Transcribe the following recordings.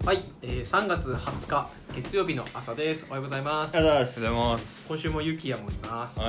はい、3月20日月曜日の朝です。おはようございます。 おはようございます。 今週もゆきやもいます。 はい、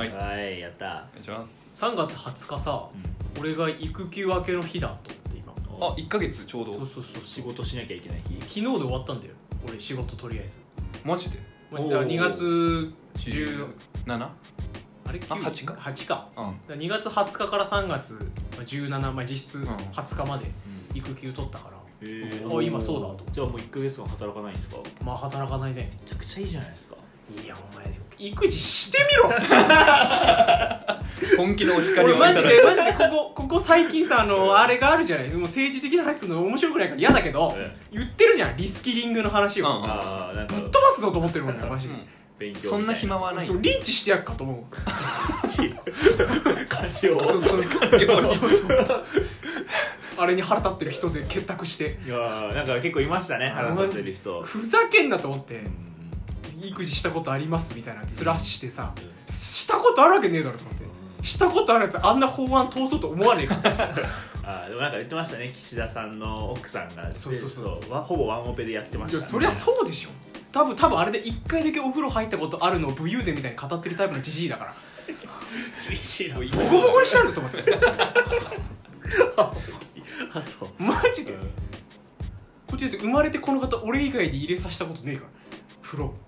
やった。お願いします。 3月20日さ、俺が育休明けの日だと思って今。 あ、1ヶ月ちょうど。 そう仕事しなきゃいけない日。 昨日で終わったんだよ。俺仕事とりあえず。 マジで 2月17？あれ 8か 8か、2月20日から3月17、実質20日まで育休取ったから、今そうだと。 じゃあもう1ヶ月間働かないんですか？ まあ働かないね。 めちゃくちゃいいじゃないですか。 いやお前育児してみろ本気のお叱りを俺マジでここ最近さあれがあるじゃない。もう政治的な話するの面白くないから嫌だけど、言ってるじゃんリスキリングの話を、 なんかぶっ飛ばすぞと思ってるもんねマジで。 勉強そんな暇はない。 リンチしてやっかと思う。 官僚あれに腹立ってる人で結託して。 いやなんか結構いましたね、腹立ってる人。 ふざけんなと思って、育児したことありますみたいなつらしてさ、したことあるわけねえだろと思って、したことあるやつあんな法案通そうと思わねえからでもなんか言ってましたね、岸田さんの奥さんが。 そうほぼワンオペでやってましたね。 そりゃそうでしょ。多分あれで1回だけお風呂入ったことあるのを武勇伝みたいに語ってるタイプのジジイだから。 厳しいな。ボコボコにしたんだと思ってあ、そうマジで、こっちだって生まれてこの方俺以外で入れさせたことねえから風呂。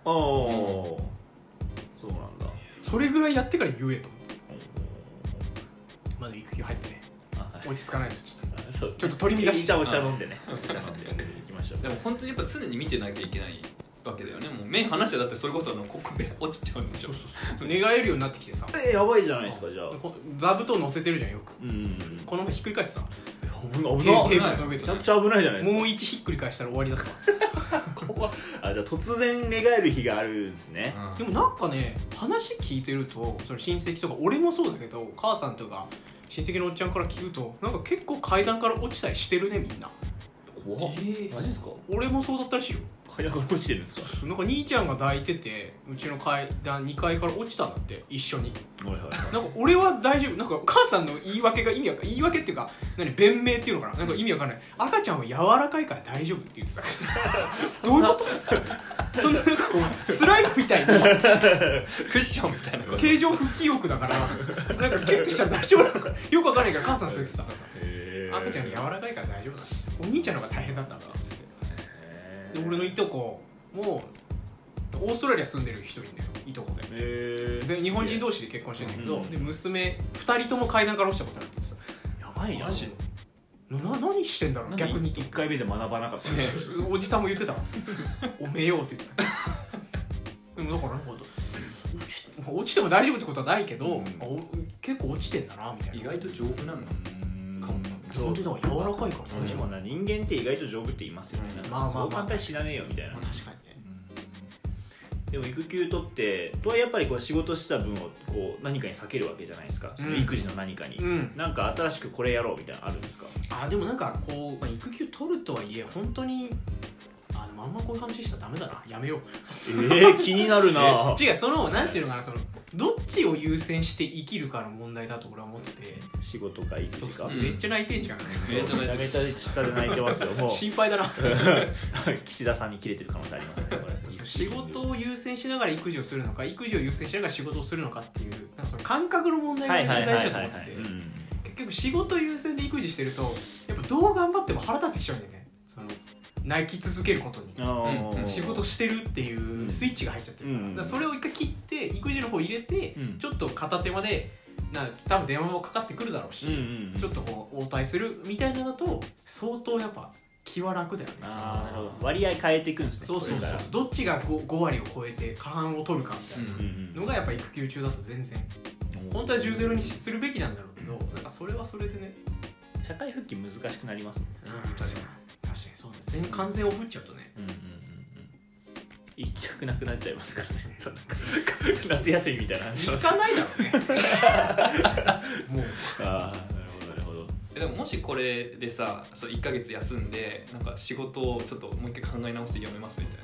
そうなんだ。 それぐらいやってから言えと思って。まだ育休入ってね、落ち着かないとちょっと取り乱してお茶飲んでね。お茶飲んでいきましょう。 でも本当にやっぱ常に見てなきゃいけないわけだよね。もう目離したらだってそれこそここ目落ちちゃうんでしょ。 寝返るようになってきてさ。 やばいじゃないですか。じゃあ座布団乗せてるじゃんよく。この前ひっくり返ってさ、 危ない。 テーブルの上でめちゃくちゃ危ないじゃないですか。 もう一ひっくり返したら終わりだったじゃあ突然寝返る日があるんですね。 でもなんかね、話聞いてるとその親戚とか俺もそうだけど母さんとか親戚のおっちゃんから聞くと、なんか結構階段から落ちたりしてるねみんな。 怖っ。マジですか？ 俺もそうだったらしいよ。 階段から落ちてるんですか？ なんか兄ちゃんが抱いててうちの階段2階から落ちたんだって、一緒に。なんか俺は大丈夫。なんか母さんの言い訳が言い訳っていうか弁明っていうのかな、なんか意味わかんない。赤ちゃんは柔らかいから大丈夫って言ってたどういうことそんななんかこうスライムみたいにクッションみたいなこと。 形状復帰欲だからなんかキュッてしたら大丈夫なのかよくわかんないから母さんそう言ってた。赤ちゃんに柔らかいから大丈夫だ。お兄ちゃんの方が大変だったんだっつって。で俺のいとこもオーストラリア住んでる人いるんだよ、いとこで。で日本人同士で結婚してるんだけど、で娘2人とも階段から落ちたことあるって言ってた。やばいな。マジ何してんだろう逆に。 1回目で学ばなかったおじさんも言ってたおめえよって言ってたでもだからなんか落ちても大丈夫ってことはないけど、結構落ちてんだなみたいな。 意外と丈夫なのかも。 本当にだから柔らかいから大丈夫。 人間って意外と丈夫って言いますよね。そう簡単に死なねえよみたいな。 確かにね。 でも育休取ってとはやっぱりこう仕事した分をこう何かに避けるわけじゃないですか、その育児の何かに。なんか新しくこれやろうみたいなのあるんですか？ でもなんかこう、育休取るとはいえ本当にでもあんまこういう話したらダメだな、やめよう気になるな違う、なんていうのかな、どっちを優先して生きるかの問題だと俺は思ってて。 仕事か育児か。 めっちゃ泣いてんじゃん。 めちゃめちゃ下で泣いてますよ。もう心配だな岸田さんに切れてる可能性ありますねこれ。 仕事を優先しながら育児をするのか、育児を優先しながら仕事をするのかっていうなんかその感覚の問題がめっちゃ大事だと思ってて、結局仕事優先で育児してるとやっぱどう頑張っても腹立ってきちゃうんだよね、泣き続けることに。仕事してるっていうスイッチが入っちゃってるから、だからそれを一回切って育児の方入れて、ちょっと片手間で多分電話もかかってくるだろうし、ちょっとこう応対するみたいなのだと相当やっぱ気は楽だよね。 なるほど。割合変えていくんですね。 そうどっちが 5割を超えて過半を取るかみたいなのがやっぱ育休中だと全然本当は10-0にするべきなんだろうけど、なんかそれはそれでね、 社会復帰難しくなりますもんね。 確かにそうですね。完全オフっちゃうとね、 行きたくなくなっちゃいますからね夏休みみたいな話行かないだろうねもうなるほど。 でももしこれでさ、1ヶ月休んでなんか仕事をちょっともう一回考え直して辞めますみたいな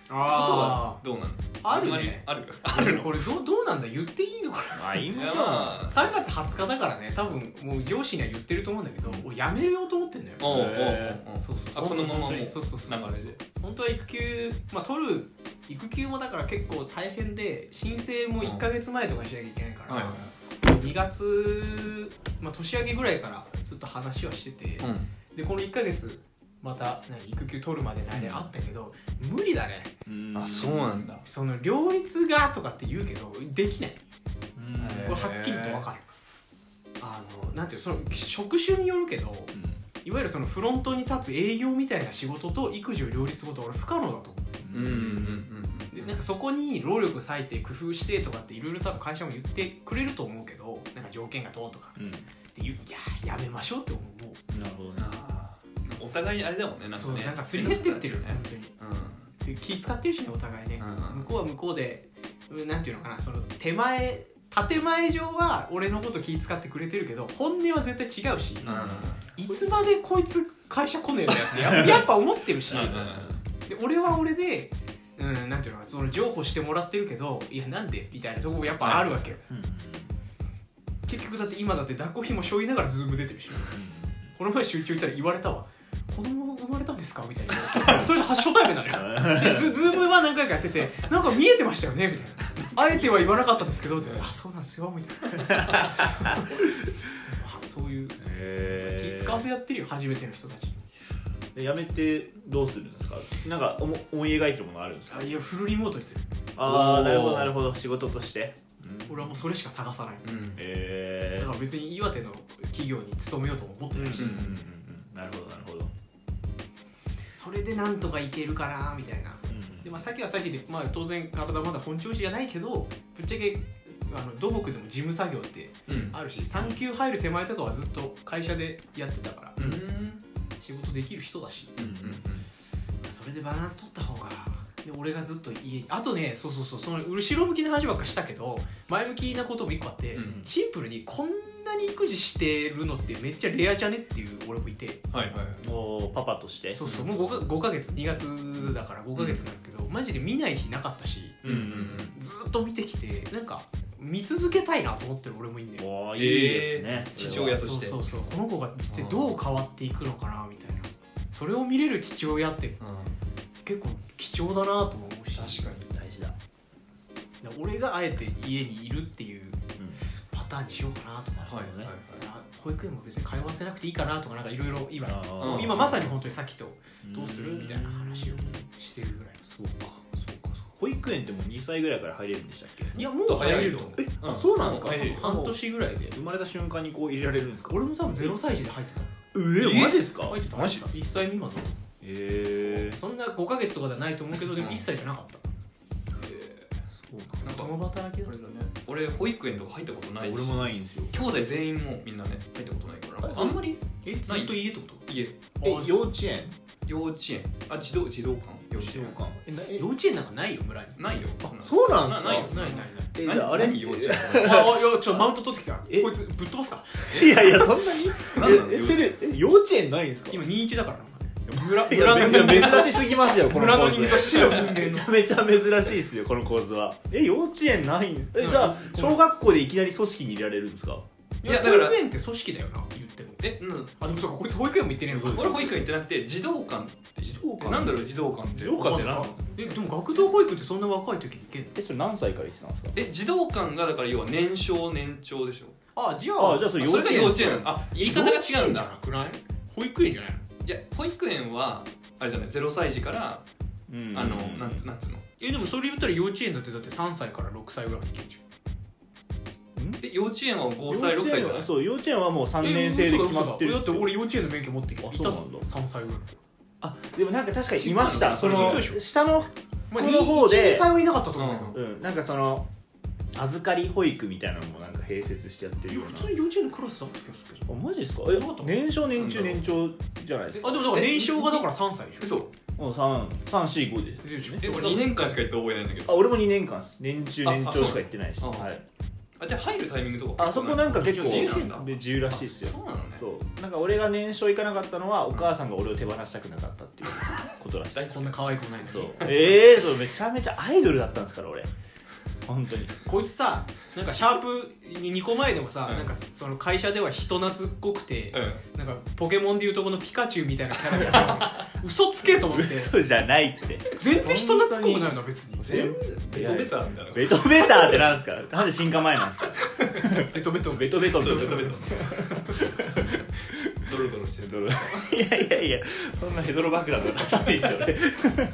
あどうなの？ あるね。 あるの。 これどうなんだ、言っていいのかな。 あ、いいもん。 3月20日だからね、多分もう上司には言ってると思うんだけど、俺辞めようと思ってんだよ。そうそう、 このままもう流れで本当は育休、育休もだから結構大変で、申請も1ヶ月前とかにしなきゃいけないから、2月、年明けぐらいからずっと話はしてて、でこの1ヶ月また育休取るまでの間あったけど、無理だね。 あ、そうなんだ。 その両立がとかって言うけどできない。これはっきりと分かる。なんていう、その職種によるけど、いわゆるそのフロントに立つ営業みたいな仕事と育児を両立することは俺不可能だと思う。でなんかそこに労力割いて工夫してとかっていろいろ多分会社も言ってくれると思うけど、なんか条件がどうとかって言う、いややめましょうって思う。 なるほどね。 お互いあれだもんね、なんかね。 そう、なんかすり減ってってるね、本当に。で気使ってるしね、お互いね。向こうは向こうで、なんていうのかな、その建前上は俺のこと気使ってくれてるけど、本音は絶対違うし、いつまでこいつ会社来ねえんだよってやっぱ思ってるし、で俺は俺で、なんていうのかな、その譲歩してもらってるけど、いやなんでみたいなとこもやっぱあるわけよ。結局だって今だって抱っこひも背負いながらズーム出てるし、この前出張行ったら言われたわ。子供生まれたんですかみたいな。それで初対面なのよ。でズームは何回かやってて、なんか見えてましたよねみたいな。あえては言わなかったですけどって、あ、そうなんですよみたいな。そういう気使わせやってるよ、初めての人たち。 辞めてどうするんですか？なんか思い描いてるものあるんですか？ いや、フルリモートにする。 ああ、なるほどなるほど、仕事として。 俺はもうそれしか探さない。だから別に岩手の企業に勤めようとも思ってないし。 なるほどなるほど。 それでなんとかいけるかなみたいな。で先は先で、当然体まだ本調子じゃないけど、ぶっちゃけ土木でも事務作業ってあるし、産休入る手前とかはずっと会社でやってたから、仕事できる人だし、それでバランス取った方が。で俺がずっと家に、あとね、その後ろ向きな話ばっかしたけど、前向きなことも一個あって、シンプルにこんなに育児してるのってめっちゃレアじゃねっていう俺もいて、 パパとして。 そうもう5ヶ月、2月だから5ヶ月なんだけど、マジで見ない日なかったし、ずっと見てきて、なんか見続けたいなと思ってる俺もいいんだよ。 いいですね、 父親として。 そうこの子が実際どう変わっていくのかなみたいな、それを見れる父親って結構貴重だなと思うし、 確かに大事だ。 俺があえて家にいるっていうパターンにしようかなとか、保育園も別に通わせなくていいかなとか、なんかいろいろ今まさに本当にさっきとどうするみたいな話をしてるぐらい。 そうか。保育園ってもう2歳ぐらいから入れるんでしたっけ？ いや、もう入れると思う。 あ、そうなんですか？ 半年ぐらいで生まれた瞬間にこう入れられるんですか？ 俺も多分0歳児で入ってた。 マジですか？ 入ってた。1歳未満だ。そんな5ヶ月とかではないと思うけど、でも1歳じゃなかった。共働きだったね。 俺保育園とか入ったことないし。 俺もないんですよ。 兄弟全員もみんなね入ったことないから、あんまり。 ずっと家ってこと？ 家。 幼稚園？ 幼稚園。あ、児童館。幼稚園なんかないよ、村に。 ないよ。 そうなんですか？ ない。 じゃああれ幼稚園。 マウント取ってきた。こいつぶっ飛ばすか？ いやそんなに？幼稚園ないんですか？ 今21だからな。 村の珍しすぎますよ、この構図。 村の人間と死の人間。 めちゃめちゃ珍しいですよ、この構図は。幼稚園ないん？じゃあ小学校でいきなり組織に入れられるんですか？ いや、保育園って組織だよな、言っても。あ、でもそうか、こいつ保育園も行ってねえのか。 俺保育園行ってなくて、児童館って。なんだろう、児童館って。 児童館って何？ でも学童保育ってそんな若い時に行けんの？ それ何歳から行ってたんですか？ 児童館がだから要は年少年長でしょ。 じゃあそれ幼稚園。言い方が違うんだ。 保育園じゃないの？ いや、保育園はあれじゃない、0歳児からなんつうの。 でもそれ言ったら幼稚園だって3歳から6歳ぐらいまで行けるじゃん。 幼稚園は5歳6歳じゃない？ そう、幼稚園はもう3年生で決まってる。 だって俺幼稚園の免許持ってきていたぞ、3歳ぐらい。 でもなんか確かにいました。その下のこの方で2歳はいなかったと思うけど、 なんかその預かり保育みたいなのもなんか併設してやってるような。 普通に幼稚園のクラスだった気がするけど。 マジですか？年少年中年長じゃないですか。 でもだから年少がだから3歳でしょ。 そう、 3、4、5でしょ。 俺2年間しか行って覚えないんだけど。 俺も2年間です。年中年長しか行ってないです。 じゃあ入るタイミングとか。 あそこなんか結構自由らしいですよ。 そうなのね。 そう、なんか俺が年少行かなかったのはお母さんが俺を手放したくなかったっていうことらしい。 そんな可愛くないのに。 そうそうめちゃめちゃアイドルだったんですから俺本当に。 こいつさなんかシャープ2個前でもさ、なんかその会社では人懐っこくて、なんかポケモンでいうとこのピカチュウみたいなキャラで嘘つけと思って。 嘘じゃないって。 全然人懐っこくないな別に。 全部ベトベタみたいな。 ベトベタってなんですか。なんで進化前なんですか。 ベトベトベトベトそうベトベトドロドロしてる。 ドロいやそんなヘドロ爆弾とか出さないでしょね。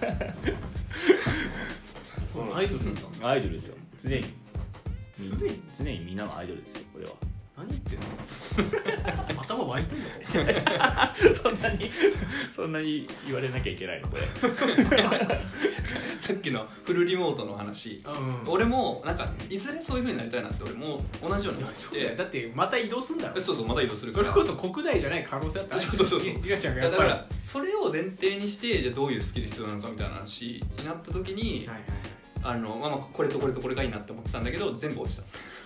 そうアイドルなんだ。 アイドルですよ。常にみんなのアイドルですよこれは。 何言ってんの。頭湧いてんの。 そんなに言われなきゃいけないのこれ。 さっきのフルリモートの話、俺もなんかいずれそういう風になりたいなって俺も同じように思って。 だってまた移動すんだろ。 そうまた移動するから。 それこそ国内じゃない可能性あったら。 そうリラちゃんがやっぱりだからそれを前提にしてじゃあどういうスキル必要なのかみたいな話になった時に、これとこれとこれがいいなって思ってたんだけど全部落ちた。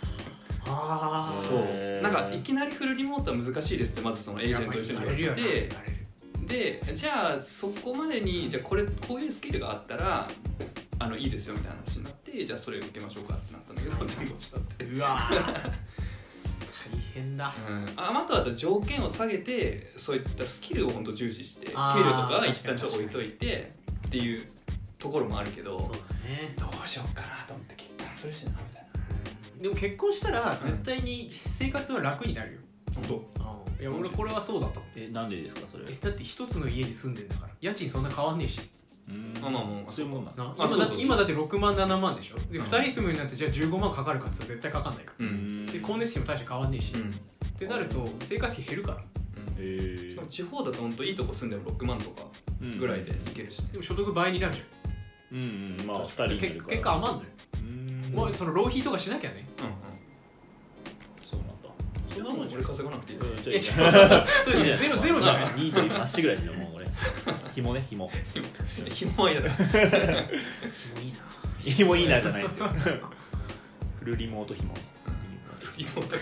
そうなんかいきなりフルリモートは難しいですってまずそのエージェントと一緒に言われて、でじゃあそこまでにじゃあこういうスキルがあったらいいですよみたいな話になって、じゃあそれを受けましょうかってなったんだけど全部落ちたって。 うわ大変だ。 あとは条件を下げてそういったスキルを本当重視して給料とかは一旦ちょっと置いといてっていうところもあるけど、そうだね、どうしようかなと思って結婚するしなみたいな。 でも結婚したら絶対に生活は楽になるよ。 本当？いや俺これはそうだと思う。 なんでですかそれ。 だって一つの家に住んでんだから家賃そんな変わんねえし。 そういうもんなんだ。 今だって6万7万でしょ。で2人住むようになってじゃあ15万かかるかって絶対かかんないから。で光熱費も大して変わんねえし。ってなると生活費減るから。 しかも地方だと本当いいとこ住んでも6万とかぐらいでいけるし。 でも所得倍になるじゃん。まあ2人になるから結果余んのよ。もうその浪費とかしなきゃね。 そうなんだ。 そんなもん俺稼がなくていい。 いやそうじゃゼロじゃない。 ニートにまっしぐらいですよもう俺。紐ね紐。 紐はいいだろ。 紐いいなじゃないですよ。フルリモート紐。 リモート紐。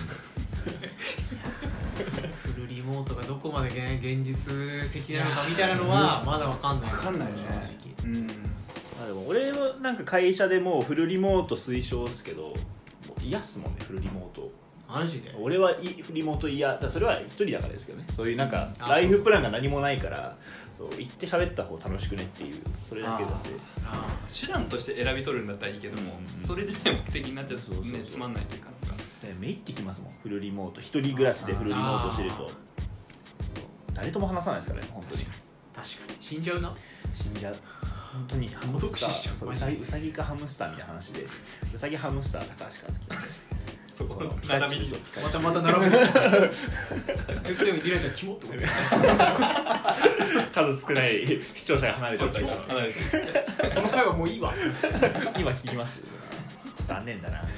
フルリモートがどこまで現実的なのかみたいなのはまだわかんない。 わかんないね。 でも俺はなんか会社でもうフルリモート推奨ですけど、もう嫌っすもんねフルリモート。 マジで俺はリモート嫌だ。それは一人だからですけどね。そういうなんかライフプランが何もないからそう行って喋った方楽しくねっていうそれだけだって。 手段として選び取るんだったらいいけども、それ自体目的になっちゃうとねつまんないというかなんかめいってきますもんフルリモート。一人暮らしでフルリモートしてると誰とも話さないですからね本当に。 確かに死んじゃうな。 死んじゃう本当に。ハムスターうさぎかハムスターみたいな話でうさぎハムスター高橋和樹そこの並びにまた並べて絶対リラちゃんキモって思って数少ない視聴者が離れてる。 この回はもういいわ今切ります。残念だな。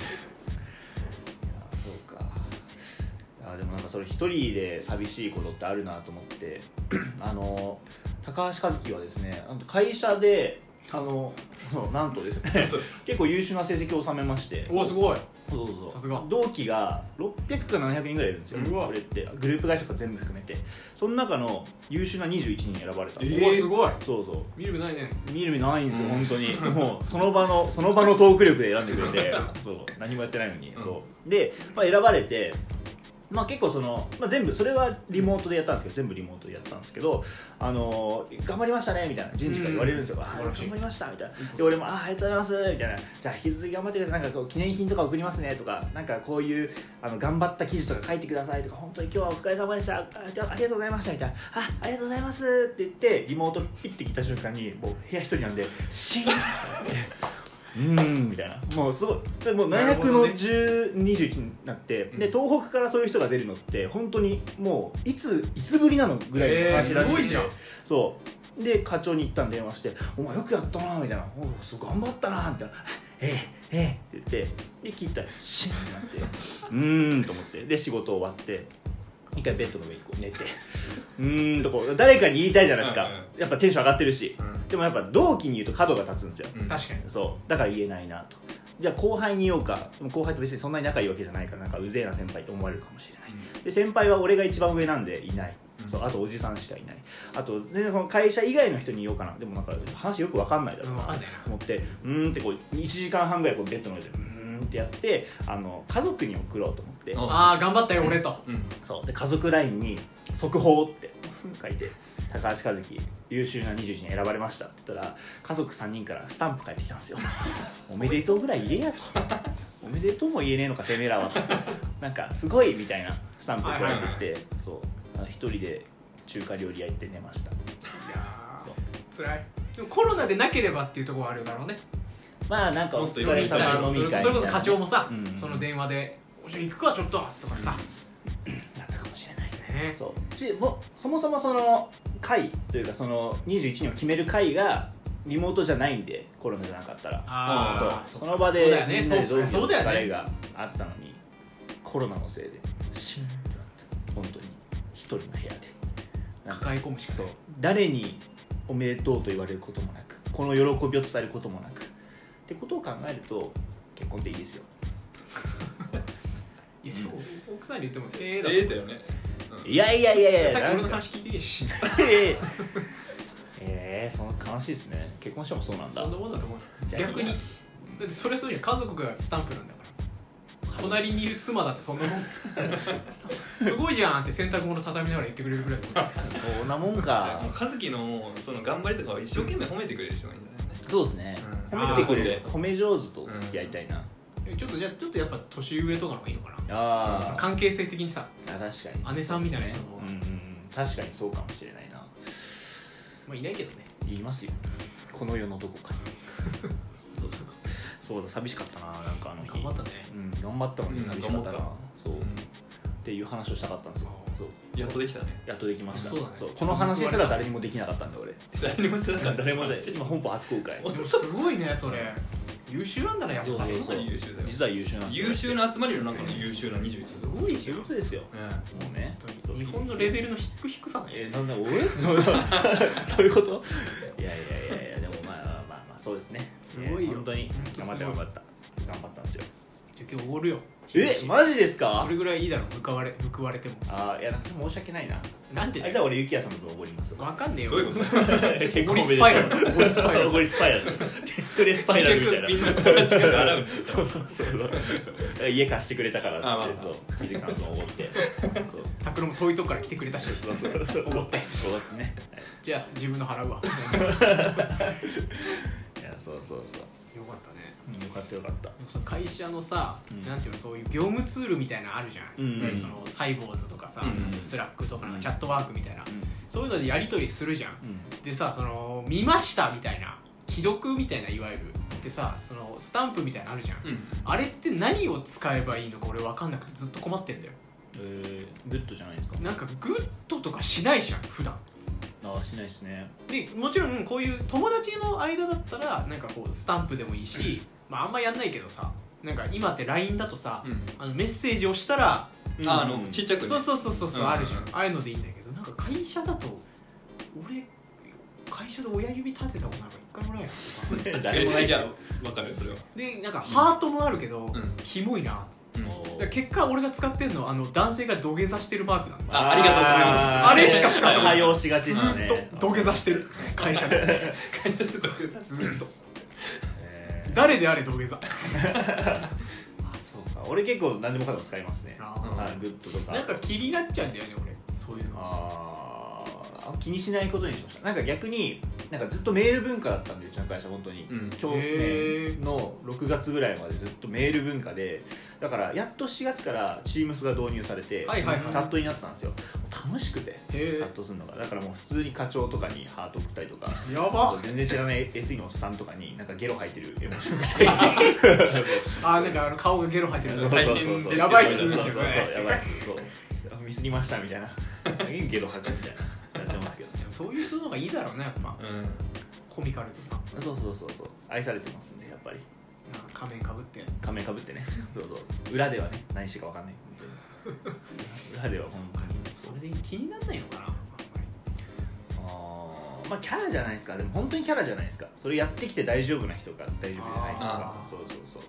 そうか。でもなんかそれ一人で寂しいことってあるなと思って高橋和樹はですね会社でなんとですね結構優秀な成績を収めまして。 おすごい。 そうさすが。 同期が600か700人ぐらいいるんですよこれってグループ会社とか全部含めて。その中の優秀な21人選ばれた。 すごい。 そう見る目ないね。 見る目ないんですよ本当に。もうその場のトーク力で選んでくれてそう何もやってないのに。そうで、選ばれて結構全部それはリモートでやったんですけど全部リモートでやったんですけど頑張りましたねみたいな人事から言われるんですよ。頑張りましたみたいな。で俺もありがとうございますみたいな。じゃあ引き続き頑張ってください。なんか記念品とか送りますねとかなんかこういう頑張った記事とか書いてくださいとか本当に今日はお疲れ様でしたありがとうございましたみたいな。ありがとうございますって言ってリモートピッて切った瞬間にもう部屋一人なんでシーンみたいな。もうすごいもう700の1021になって、で東北からそういう人が出るのって本当にもういつぶりなのぐらいの話らしくて、 すごいじゃん。 そうで課長に一旦電話して「お前よくやったな」みたいな「おすごい頑張ったな」みたいな「って言ってで聞いたらシーンってなってと思ってで仕事終わって一回ベッドの上にこう寝てとこう誰かに言いたいじゃないですか。やっぱテンション上がってるし、でもやっぱ同期に言うと角が立つんですよ。 確かに。 そうだから言えないなと。じゃあ後輩に言おうか。後輩と別にそんなに仲いいわけじゃないからなんかうぜえな先輩と思われるかもしれない。で先輩は俺が一番上なんでいない。 そうあとおじさんしかいない、あと全然その会社以外の人に言おうかな、でもなんか話よく分かんないだろうなと思って、ってこう1時間半ぐらいこうベッドの上でってやって家族に送ろうと思って、 ああ頑張ったよ俺と、 そうで家族 LINE に速報って書いて高橋和樹優秀な21に選ばれましたって言ったら家族3人からスタンプ返ってきたんですよおめでとうぐらい言えやとおめでとうも言えねえのかてめえらはとなんかすごいみたいなスタンプが返ってきて、そう一人で中華料理屋行って寝ました。いやー辛い。でもコロナでなければっていうところはあるだろうね。 まあなんかお疲れ様飲み会みたいな、 それこそ課長もさ、 うんその電話で「おしゃ行くかちょっと」とかさ、 なったかもしれないね。 そうそもそもその会というかその21人を決める会がリモートじゃないんで、コロナじゃなかったらその場でみんなで同期の疲れがあったのに、コロナのせいでシュンってなって本当に一人の部屋で抱え込むしかない。 そう誰におめでとうと言われることもなく、この喜びを伝えることもなくってことを考えると結婚っていいですよ。 いやでも奥さんに言ってもだよね、 いやいやいやいや、 さっき俺の話聞いてるしその悲しいですね。結婚してもそうなんだ。 そんなもんだと思う。逆にだってそれはそうじゃん、家族がスタンプなんだから。隣にいる妻だってそんなもんすごいじゃんって洗濯物畳みながら言ってくれるぐらいそんなもんか。 和樹のその頑張りとかを一生懸命褒めてくれる人がいいんじゃないね。 そうですね、褒めてくれる、褒め上手と付き合いたいな。 ちょっとやっぱ年上とかの方がいいのかな。 あ関係性的にさ、 確かに姉さんみたいな人の方が、 確かにそうかもしれないな。 まあいないけどね。 言いますよ、この世のどこかにそうだ、寂しかったな、なんかあの日頑張ったね。 頑張ったのに寂しかったな、そうっていう話をしたかったんですよ。そうやっとできたね。 やっとできました。 そうだね。 この話すら誰にもできなかったんで俺。 誰にもしてなかった。 誰もで今本邦初公開。 でもすごいねそれ。優秀なんだねやっぱり。 かなり優秀だよ。 実は優秀なんですよ。 優秀な集まりの中の優秀な21。 すごいじゃん。 そういうことですよ。もうね。 日本のレベルの低さね。 なんだ俺？そういうこと？いやでもまあそうですね。 すごいよ。 本当に頑張った頑張ったんですよ。 じゃあ今日おごるよ。 マジですか？ それぐらいいいだろ、報われても。 いやなんか申し訳ないな。 なんで？ じゃあ俺ゆきやさんの分おごります。 わかんねえよ。 どういうこと？ 結構スパイラル。おごりスパイラル。 おごりスパイラル。それスパイラルみたいな。 みんな友達から洗うんですよ。 そう家貸してくれたからっつってそう水木さんの分おごって。そう。 タクロも遠いとこから来てくれたし。 おごってね。 じゃあ自分の払うわ。 いやそう。 よかったね。 よかったその会社のさ、なんていうの、そういう業務ツールみたいなのあるじゃん、いわゆるそのサイボーズとかさ、スラックとかチャットワークみたいな、そういうのでやり取りするじゃん、でさ、その見ましたみたいな既読みたいな、いわゆるでさ、そのスタンプみたいなのあるじゃん、あれって何を使えばいいのか俺分かんなくてずっと困ってんだよ。 グッドじゃないですか。 なんかグッドとかしないじゃん普段。 しないですね。 でもちろんこういう友達の間だったらなんかこうスタンプでもいいし、あんまやんないけどさ、なんか今って LINE だとさ、メッセージをしたらちっちゃくね。 そうあるじゃん、ああいうのでいいんだけど、なんか会社だと俺会社で親指立てたことなんか一回もないなとか誰もないですよ。 分かるよそれは。 でなんかハートもあるけど、キモいな。結果俺が使ってるのは男性が土下座してるマークなんだ。 ありがとうございます。 あれしか使ってない。 対応しがちですね。 ずっと土下座してる会社で。 会社で土下座ずっと。誰であれ土下座。 そうか。俺結構何でもかでも使いますね。グッドとか。 なんか気になっちゃうんだよね俺。そういうの。 気にしないことにしました。なんか逆になんかずっとメール文化だったんで、うちの会社本当に、去年の6月ぐらいまでずっとメール文化で、だからやっと4月から Teams が導入されて、チャットになったんですよ。楽しくてチャットするのが、だからもう普通に課長とかにハート送ったりとか、 やば全然知らない SE のおっさんとかになんかゲロ吐いてる絵文字送ったりなんか顔がゲロ吐いてる。 大変です。 やばいっす。 やばいっす。ミスりましたみたいなゲロ吐くみたいなやってますけど、 そういう人の方がいいだろうねやっぱ、コミカルとか。 そう愛されてますんで、やっぱり仮面かぶってね。裏ではね何してか分かんない。裏では本当にそれで気にならないのかな。 まあキャラじゃないですか。でも本当にキャラじゃないですか。それやってきて大丈夫な人が大丈夫じゃないとか、そう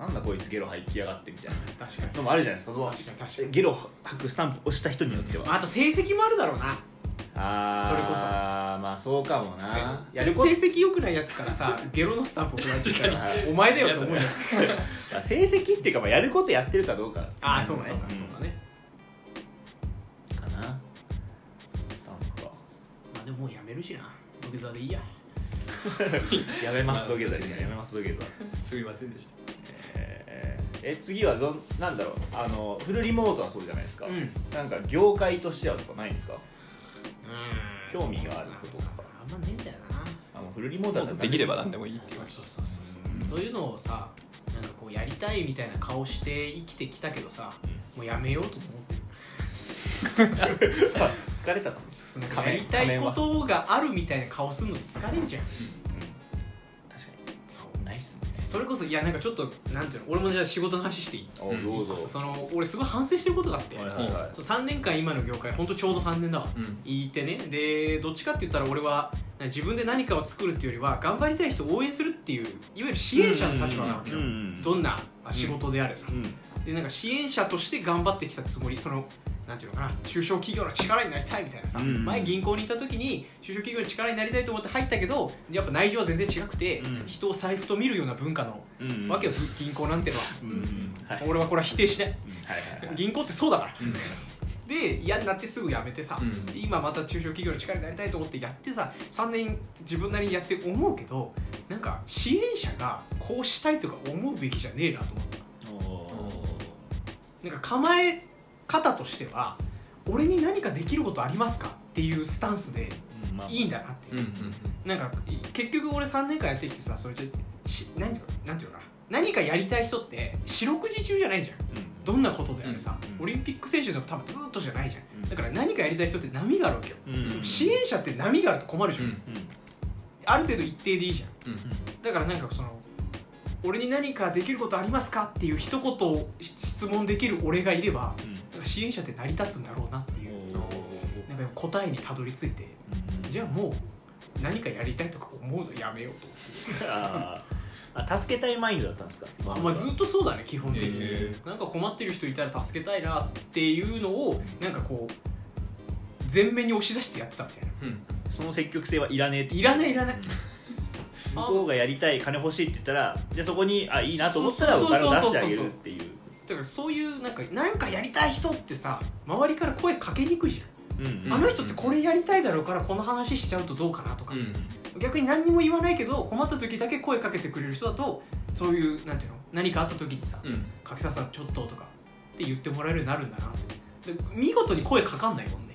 なんだこいつゲロ吐きやがってみたいな確かにのもあるじゃないですか。 確かにゲロ吐くスタンプ押した人によっては、 あと成績もあるだろうな。それこそまあそうかもな。 やる成績良くないやつからさゲロのスタンプ送られてきたらお前だよと思うよ成績っていうか、まあ、やることやってるかどうか。 ああそうだね、 うん、 ねかな。スタンプか。 まあでももうやめるしな、土下座でいいややめます土下座にやめます土下座すみませんでした。 次はなんだろう、フルリモートはそうじゃないですか、 うん、 なんか業界としてはとかないんですか？興味があることとか。 あんまねえんだよな。 フルリモートだったらできれば何でもいいっていう。 そういうのをさ、なんかこうやりたいみたいな顔して生きてきたけどさ、もうやめようと思ってる疲れたと。 そのやりたいことがあるみたいな顔するのって疲れんじゃん、 確かにそうないっすね。 それこそいやなんかちょっとなんていうの、俺もじゃあ仕事の話していい？ どうぞ。 その俺すごい反省してることがあって、 はいはいはい、 そう3年間今の業界ほんとちょうど3年だわ、いてね。でどっちかって言ったら俺は自分で何かを作るっていうよりは頑張りたい人を応援するっていういわゆる支援者の立場なわけよ、どんな仕事であれさ、でなんか支援者として頑張ってきたつもり、そのなんていうのかな、中小企業の力になりたいみたいなさ、前銀行にいた時に中小企業の力になりたいと思って入ったけどやっぱ内情は全然違くて、人を財布と見るような文化のわけよ、銀行なんてのは、俺はこれは否定しない、銀行ってそうだから、で嫌になってすぐ辞めてさ、今また中小企業の力になりたいと思ってやってさ、3年自分なりにやって思うけど、なんか支援者がこうしたいとか思うべきじゃねえなと思った。なんか構え方としては俺に何かできることありますかっていうスタンスでいいんだなっていう、なんか結局俺3年間やってきてさ、それじゃなんていうのかな、何かやりたい人って四六時中じゃないじゃん、どんなことであれさ、オリンピック選手でも多分ずっとじゃないじゃん、だから何かやりたい人って波があるわけよ、支援者って波があると困るじゃん、ある程度一定でいいじゃん、だからなんかその俺に何かできることありますかっていう一言を質問できる俺がいれば、なんか支援者って成り立つんだろうなっていう、なんか答えにたどり着いて、じゃあもう何かやりたいとか思うのやめようと助けたいマインドだったんですか？ まあ、ずっとそうだね基本的に、なんか困ってる人いたら助けたいなっていうのをなんかこう前面に押し出してやってたみたいな、 その積極性はいらねえって。 いらない、 向こうがやりたい、金欲しいって言ったら、じゃあそこにいいなと思ったらお金を出してあげるっていう。 だからそういうなんかやりたい人ってさ、周りから声かけにくいじゃん、あの人ってこれやりたいだろうからこの話しちゃうとどうかなとか、逆に何にも言わないけど困った時だけ声かけてくれる人だと、そういうなんていうの、何かあった時にさ、柿澤さんちょっととかって言ってもらえるようになるんだなって。で見事に声かかんないもんね、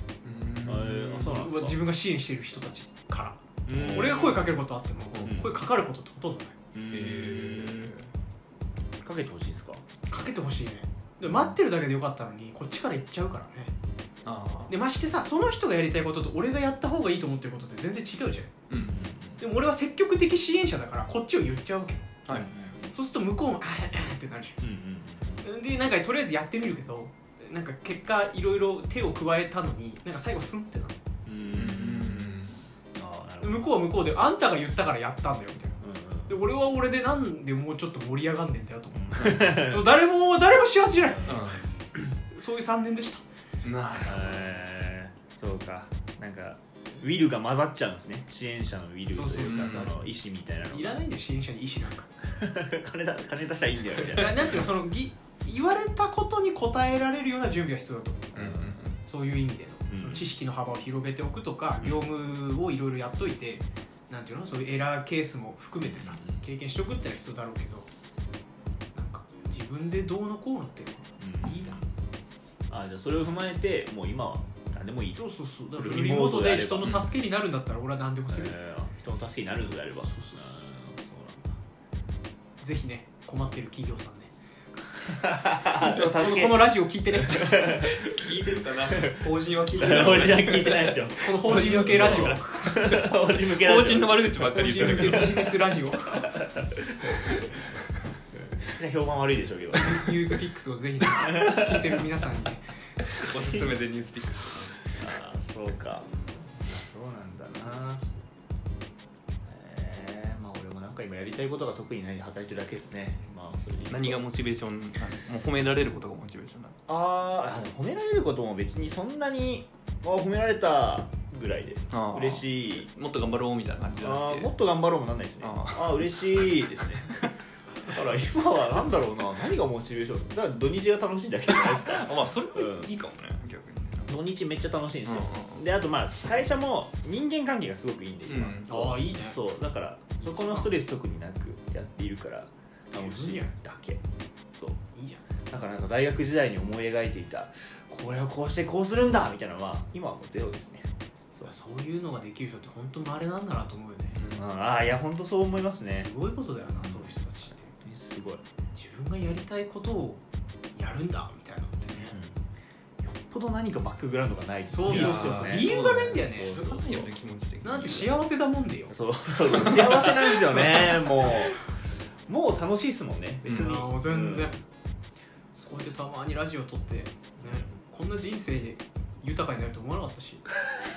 自分が支援している人たちから、俺が声かけることあっても、声かかることってほとんどない。 かけてほしいですか？ かけてほしいね。で待ってるだけでよかったのにこっちから言っちゃうからね。でましてさ、その人がやりたいことと俺がやった方がいいと思ってることって全然違うじゃん、でも俺は積極的支援者だからこっちを言っちゃうわけよ、そうすると向こうもってなるじゃん、でなんかとりあえずやってみるけど、なんか結果いろいろ手を加えたのになんか最後スンってなる、向こうは向こうであんたが言ったからやったんだよみたいな、で俺は俺でなんでもうちょっと盛り上がんねんだよと思う誰も幸せじゃない、そういう3年でした。 そうか、なんかウィルが混ざっちゃうんですね、支援者のウィルというか、その意思みたいなのがいらないんだよ、支援者に意思なんか金出したらいいんだよみたいななんていうの、その言われたことに応えられるような準備が必要だと思う、そういう意味での、その知識の幅を広げておくとか、業務をいろいろやっといて、なんていうの、そういうエラーケースも含めてさ、経験しておくってのは必要だろうけど、なんか自分でどうのこうのっていうのはいいな、 じゃあそれを踏まえてもう今は何でもいい。 そうだからリモートで人の助けになるんだったら俺は何でもする、 人の助けになるのであれば。 そうぜひね、困ってる企業さんねこのラジオ聞いてね聞いてるかな、法人は聞いてない、 法人は聞いてないですよこの法人向けラジオ法人向けラジオ、 法人の悪口ばっかり言ってるけど、 ビジネスラジオ評判悪いでしょうけどニュースピックスをぜひ、ね、聞いてる皆さんにねおすすめでニュースピックスそうか、そうなんだな。まあ俺もなんかか今やりたいことが特にないで働いてるだけですね。まあそれで何がモチベーションなの？もう褒められることがモチベーションなの？ 褒められることも別にそんなに褒められたぐらいで嬉しい。 もっと頑張ろうみたいな感じじゃなくて、 もっと頑張ろうもなんないですね。嬉しいですね。だから今はなんだろうな、何がモチベーションだから土日が楽しいだけじゃないですか。 まあそれいいかもね、逆に。 土日めっちゃ楽しいんですよ。であとまあ会社も人間関係がすごくいいんで今、 いいね。 そうだからそこのストレス特になくやっているから楽しいだけ。そういいじゃん。 だからなんか大学時代に思い描いていたこれをこうしてこうするんだみたいなのは今はもうゼロですね。 そういうのができる人って本当稀なんだなと思うよね。 いや本当そう思いますね。 すごいことだよな、そういう人たちって。 すごい。 自分がやりたいことをやるんだみたいなのってね。 よっぽど何かバックグラウンドがないとそうですよね。 理由がないんだよね。 そういうことよね、気持ち的に。 なんせ幸せだもんでよ。 そう幸せなんですよね。もう楽しいですもんね別に。 もう全然。こうやってたまにラジオ撮ってね、こんな人生で豊かになると思わなかったし。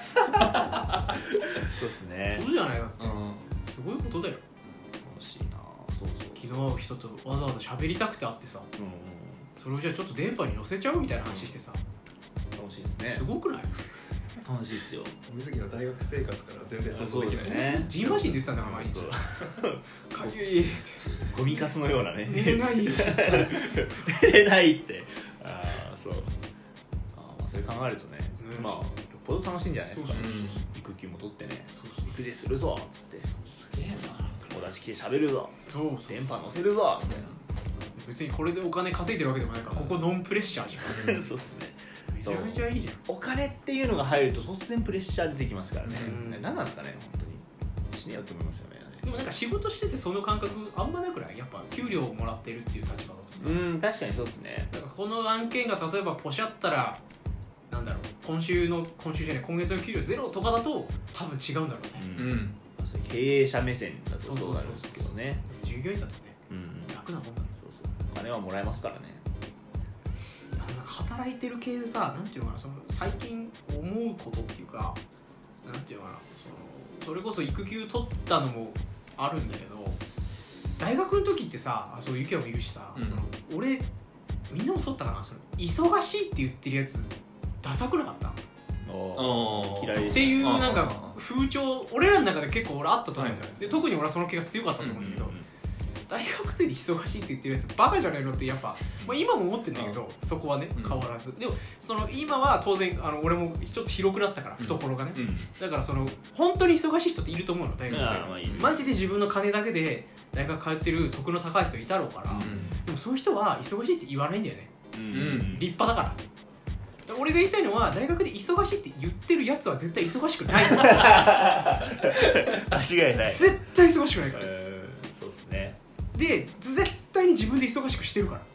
そうですね。 そうじゃないだって。すごいことだよ。 楽しいな。そう昨日会う人とわざわざ喋りたくて会ってさ、それをじゃあちょっと電波に乗せちゃうみたいな話してさ、 楽しいですね。 すごくない？ 楽しいですよ。 水木の大学生活から全然想像できないね。 ジンマシン出てたんだから毎日。かゆいってゴミカスのようなね。 寝れないよ。 寝れないって。そう。それ考えるとね、まあよっぽど楽しいんじゃないですか。育休も取ってね、育児するぞっつって、 すげえな。 友達来て喋るぞ、 そう電波乗せるぞみたいな。 別にこれでお金稼いでるわけでもないから、ここノンプレッシャーじゃん。 そうっすね。 めちゃめちゃいいじゃん。 お金っていうのが入ると突然プレッシャー出てきますからね。何なんですかね本当に。しねよって思いますよね。 でもなんか仕事しててその感覚あんまなくない？やっぱ給料をもらってるっていう立場だとさ。 確かにそうですね。 なんかこの案件が例えばポシャったら、なんだろう、今週じゃない今月の給料ゼロとかだと多分違うんだろうね。 経営者目線だとそうなんですけどね。 従業員だとね、楽なもんだね。 お金はもらえますからね。 なんか働いてる系でさ、なんていうのかな、その最近思うことっていうか、なんていうのかな、それこそ育休取ったのもあるんだけど、大学の時ってさ、そうゆきやもいるしさ、俺みんなもそうだったかな、忙しいって言ってるやつダサくなかった？ 嫌いっていうなんか風潮、俺らの中で結構俺あったと思うんだよ。で特に俺はその気が強かったと思うんだけど、大学生で忙しいって言ってるやつバカじゃないのってやっぱ、今も思ってんだけど、そこはね変わらず。でも今は当然俺もちょっと広くなったから、懐がね、だから本当に忙しい人っていると思うの、大学生。マジで自分の金だけで大学通ってる得の高い人いたろうから、でもそういう人は忙しいって言わないんだよね。立派だから。俺が言いたいのは、大学で忙しいって言ってるやつは絶対忙しくない。 間違いない。 絶対忙しくないから。 そうですね。 で絶対に自分で忙しくしてるから。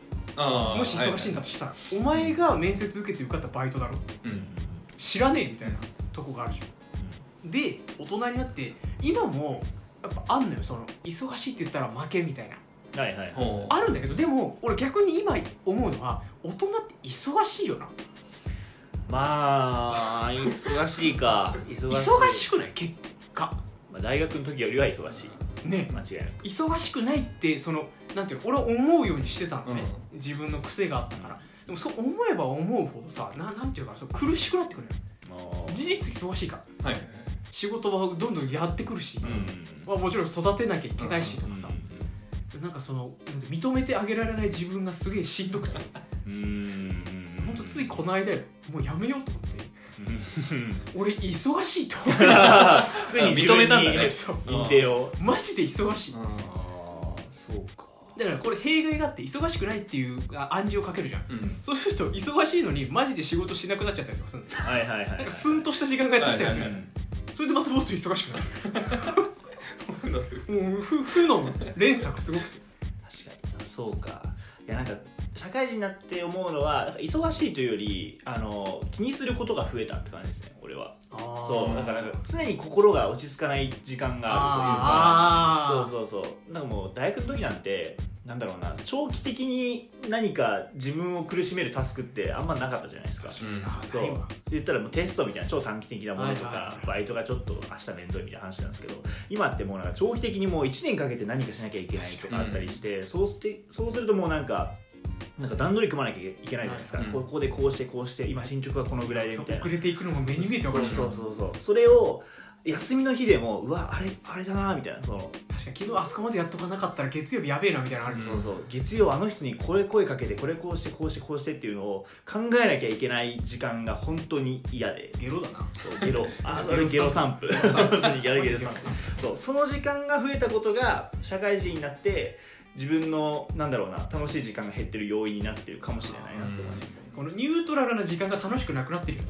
もし忙しいんだとしたら、お前が面接受けて受かったバイトだろ、知らねえみたいなとこがあるじゃん。で大人になって今もやっぱあんのよ、忙しいって言ったら負けみたいな。あるんだけど、でも俺逆に今思うのは、大人って忙しいよな。 まあ忙しいか。 忙しくない結果。 大学の時よりは忙しいね。 間違いなく忙しくないってなんていうの、俺は思うようにしてたんだね、自分の癖があったから。でもそう思えば思うほどさ、なんていうか苦しくなってくるよ。事実忙しいから、仕事はどんどんやってくるし、もちろん育てなきゃいけないしとかさ、なんか認めてあげられない自分がすげえしんどくて、ほんとついこの間よ、もうやめようと思って。俺忙しいとついに認めたんだね、認定を。 マジで忙しい。 そうか。 だからこれ弊害があって、忙しくないっていう暗示をかけるじゃん、そうすると忙しいのにマジで仕事しなくなっちゃったりとかするんだよ。なんかスンとした時間がやってきたりする、それでまたもっと忙しくなる。もう負の連鎖がすごくて。 確かにそうか。いやなんか社会人になって思うのは、なんか忙しいというより気にすることが増えたって感じですね、俺は。そうだからなんか常に心が落ち着かない時間があるというか、そうなんかもう大学の時なんてなんだろうな、長期的に何か自分を苦しめるタスクってあんまなかったじゃないですか。そう言ったらもうテストみたいな超短期的なものとか、バイトがちょっと明日面倒いみたいな話なんですけど、今ってもうなんか長期的にもう1年かけて何かしなきゃいけないとかあったりして、そうするともうなんか段取り組まなきゃいけないじゃないですか、ここでこうして今進捗はこのぐらいでみたいな、 遅れていくのも目に見えて分かる。 それを休みの日でもうわあれだなみたいな、その確かに昨日あそこまでやっとかなかったら月曜日やべえなみたいなのある。 月曜あの人にこれ声かけてこれこうしてっていうのを考えなきゃいけない時間が本当に嫌で、 ゲロだな。 ゲロゲロ散布本当にゲロ散布。その時間が増えたことが社会人になって自分のなんだろうな、楽しい時間が減ってる要因になってるかもしれないなって思います。 このニュートラルな時間が楽しくなくなってるよな。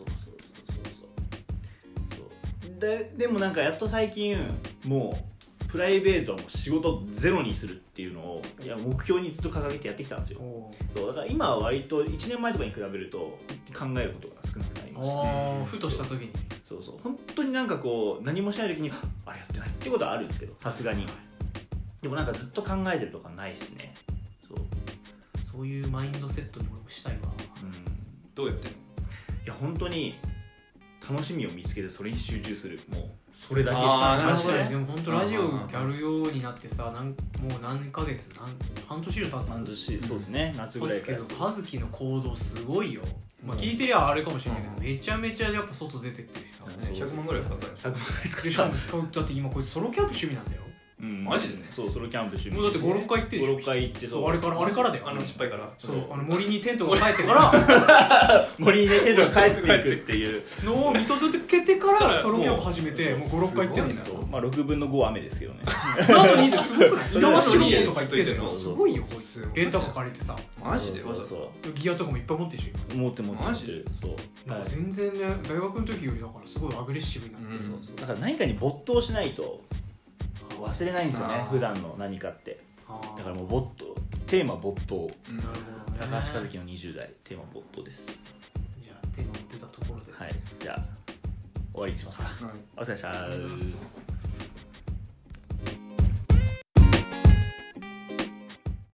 でもなんかやっと最近もうプライベートはもう仕事ゼロにするっていうのを目標にずっと掲げてやってきたんですよ。そうだから今は割と1年前とかに比べると考えることが少なくなりましたね。 ふとした時に本当になんかこう何もしない時にあれやってないってことはあるんですけど、さすがに。でもなんかずっと考えてるとかないですね。 そういうマインドセットに俺もしたいわ。 どうやってんの？ いや本当に楽しみを見つけてそれに集中する、もうそれだけしたい。 確かに。でも本当ラジオやるようになってさ、もう何ヶ月半年以上経つ。 半年、そうですね、夏ぐらいから。 ですけど和樹の行動すごいよ。聞いてりゃあれかもしれないけど、めちゃめちゃやっぱ外出てってるしさ。 100万ぐらい使ったんでしょ。 100万ぐらい使った。 しかもだって今これソロキャンプ趣味なんだよ。 マジでね。 ソロキャンプ趣味。 もうだって5、6回行ってるでしょ。 5、6回行って、 あれからだよ。 失敗から。 森にテントが帰ってから森にテントが帰っていくっていうのを見届けてからソロキャンプ始めてもう5、6回行ってるんだよ。 まあ6分の5雨ですけどね。 なのにすごくない？猪苗代湖とか行ってるのすごいよこいつ。レンタカー借りてさ。 マジで？ ギアとかもいっぱい持ってるし。 持ってマジで？ そう。なんか全然ね、大学の時よりだからすごいアグレッシブになって。 だから何かに没頭しないと忘れないんですよね、普段の何かって。だからもうテーマ没頭。高橋和樹の20代テーマ没頭です。 じゃあテーマ出たところで、 はい、じゃあ終わりにしますか。お疲れ様でした。